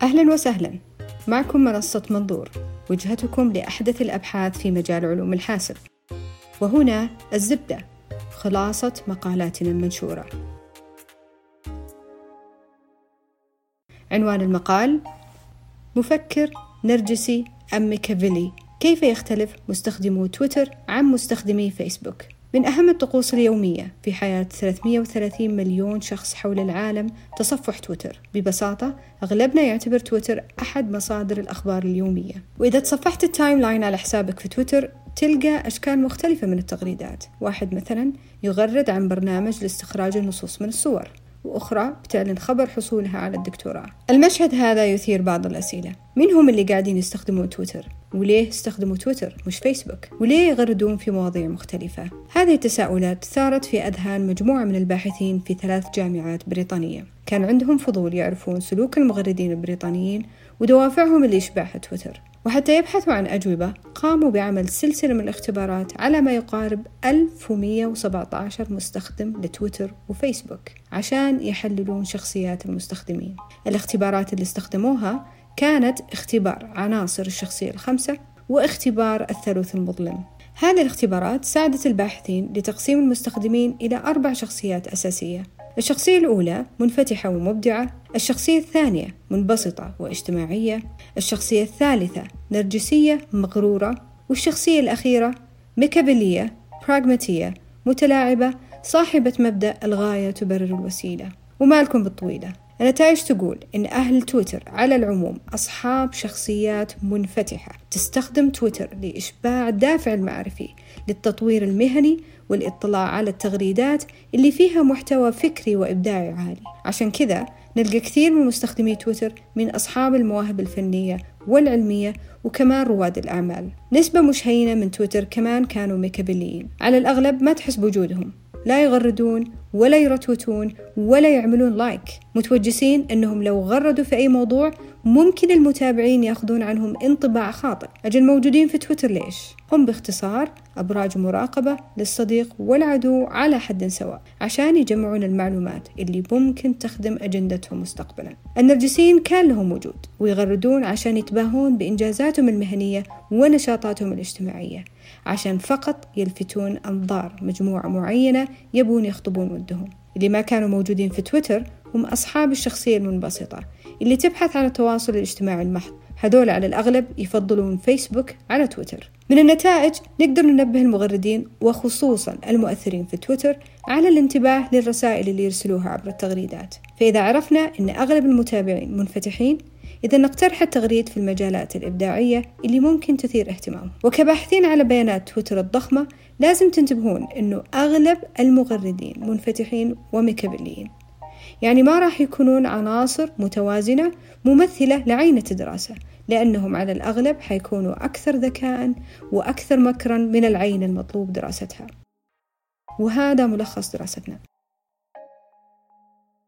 أهلا وسهلا، معكم منصة منظور، وجهتكم لأحدث الأبحاث في مجال علوم الحاسب. وهنا الزبدة، خلاصة مقالاتنا المنشورة. عنوان المقال: مفكر نرجسي أم ميكافيلي، كيف يختلف مستخدمو تويتر عن مستخدمي فيسبوك؟ من أهم الطقوس اليومية في حياة 330 مليون شخص حول العالم تصفح تويتر. ببساطة أغلبنا يعتبر تويتر أحد مصادر الأخبار اليومية، وإذا تصفحت التايم لاين على حسابك في تويتر تلقى أشكال مختلفة من التغريدات. واحد مثلا يغرد عن برنامج لاستخراج النصوص من الصور، وأخرى بتعلن خبر حصولها على الدكتوراه. المشهد هذا يثير بعض الأسئلة: مين هم اللي قاعدين يستخدمون تويتر؟ وليه استخدموا تويتر مش فيسبوك؟ وليه يغردون في مواضيع مختلفة؟ هذه التساؤلات ثارت في أذهان مجموعة من الباحثين في 3 جامعات بريطانية. كان عندهم فضول يعرفون سلوك المغردين البريطانيين ودوافعهم اللي يشبهها تويتر، وحتى يبحثوا عن أجوبة قاموا بعمل سلسلة من الاختبارات على ما يقارب 1117 مستخدم لتويتر وفيسبوك عشان يحللون شخصيات المستخدمين. الاختبارات اللي استخدموها كانت اختبار عناصر الشخصية ال5 واختبار الثالوث المظلم. هذه الاختبارات ساعدت الباحثين لتقسيم المستخدمين إلى 4 شخصيات أساسية: الشخصية الأولى منفتحة ومبدعة، الشخصية الثانية منبسطة واجتماعية، الشخصية الثالثة نرجسية مغرورة، والشخصية الأخيرة ميكافيلية براغماتية متلاعبة صاحبة مبدأ الغاية تبرر الوسيلة. وما لكم بالطويلة، النتائج تقول إن أهل تويتر على العموم أصحاب شخصيات منفتحة تستخدم تويتر لإشباع الدافع المعرفي للتطوير المهني والاطلاع على التغريدات اللي فيها محتوى فكري وإبداعي عالي. عشان كذا نلقى كثير من مستخدمي تويتر من أصحاب المواهب الفنية والعلمية وكمان رواد الأعمال. نسبة مش هينة من تويتر كمان كانوا ميكافيليين، على الأغلب ما تحس بوجودهم، لا يغردون ولا يرتوتون ولا يعملون لايك، متوجسين أنهم لو غردوا في أي موضوع ممكن المتابعين يأخذون عنهم انطباع خاطئ. أجل موجودين في تويتر ليش؟ هم باختصار أبراج مراقبة للصديق والعدو على حد سواء، عشان يجمعون المعلومات اللي ممكن تخدم أجندتهم مستقبلا. النرجسيين كان لهم وجود ويغردون عشان يتباهون بإنجازاتهم المهنية ونشاطاتهم الاجتماعية، عشان فقط يلفتون أنظار مجموعة معينة يبون يخطبون ودهم. اللي ما كانوا موجودين في تويتر هم أصحاب الشخصية المنبسطة اللي تبحث عن التواصل الاجتماعي المحض. هذول على الأغلب يفضلون فيسبوك على تويتر. من النتائج نقدر ننبه المغردين وخصوصا المؤثرين في تويتر على الانتباه للرسائل اللي يرسلوها عبر التغريدات. فإذا عرفنا أن أغلب المتابعين منفتحين، إذا نقترح التغريد في المجالات الإبداعية اللي ممكن تثير اهتمامهم. وكباحثين على بيانات تويتر الضخمة لازم تنتبهون أنه أغلب المغردين منفتحين وميكافيليين، يعني ما راح يكونون عناصر متوازنة ممثلة لعينة الدراسة، لأنهم على الأغلب حيكونوا أكثر ذكاء وأكثر مكرا من العين المطلوب دراستها. وهذا ملخص دراستنا.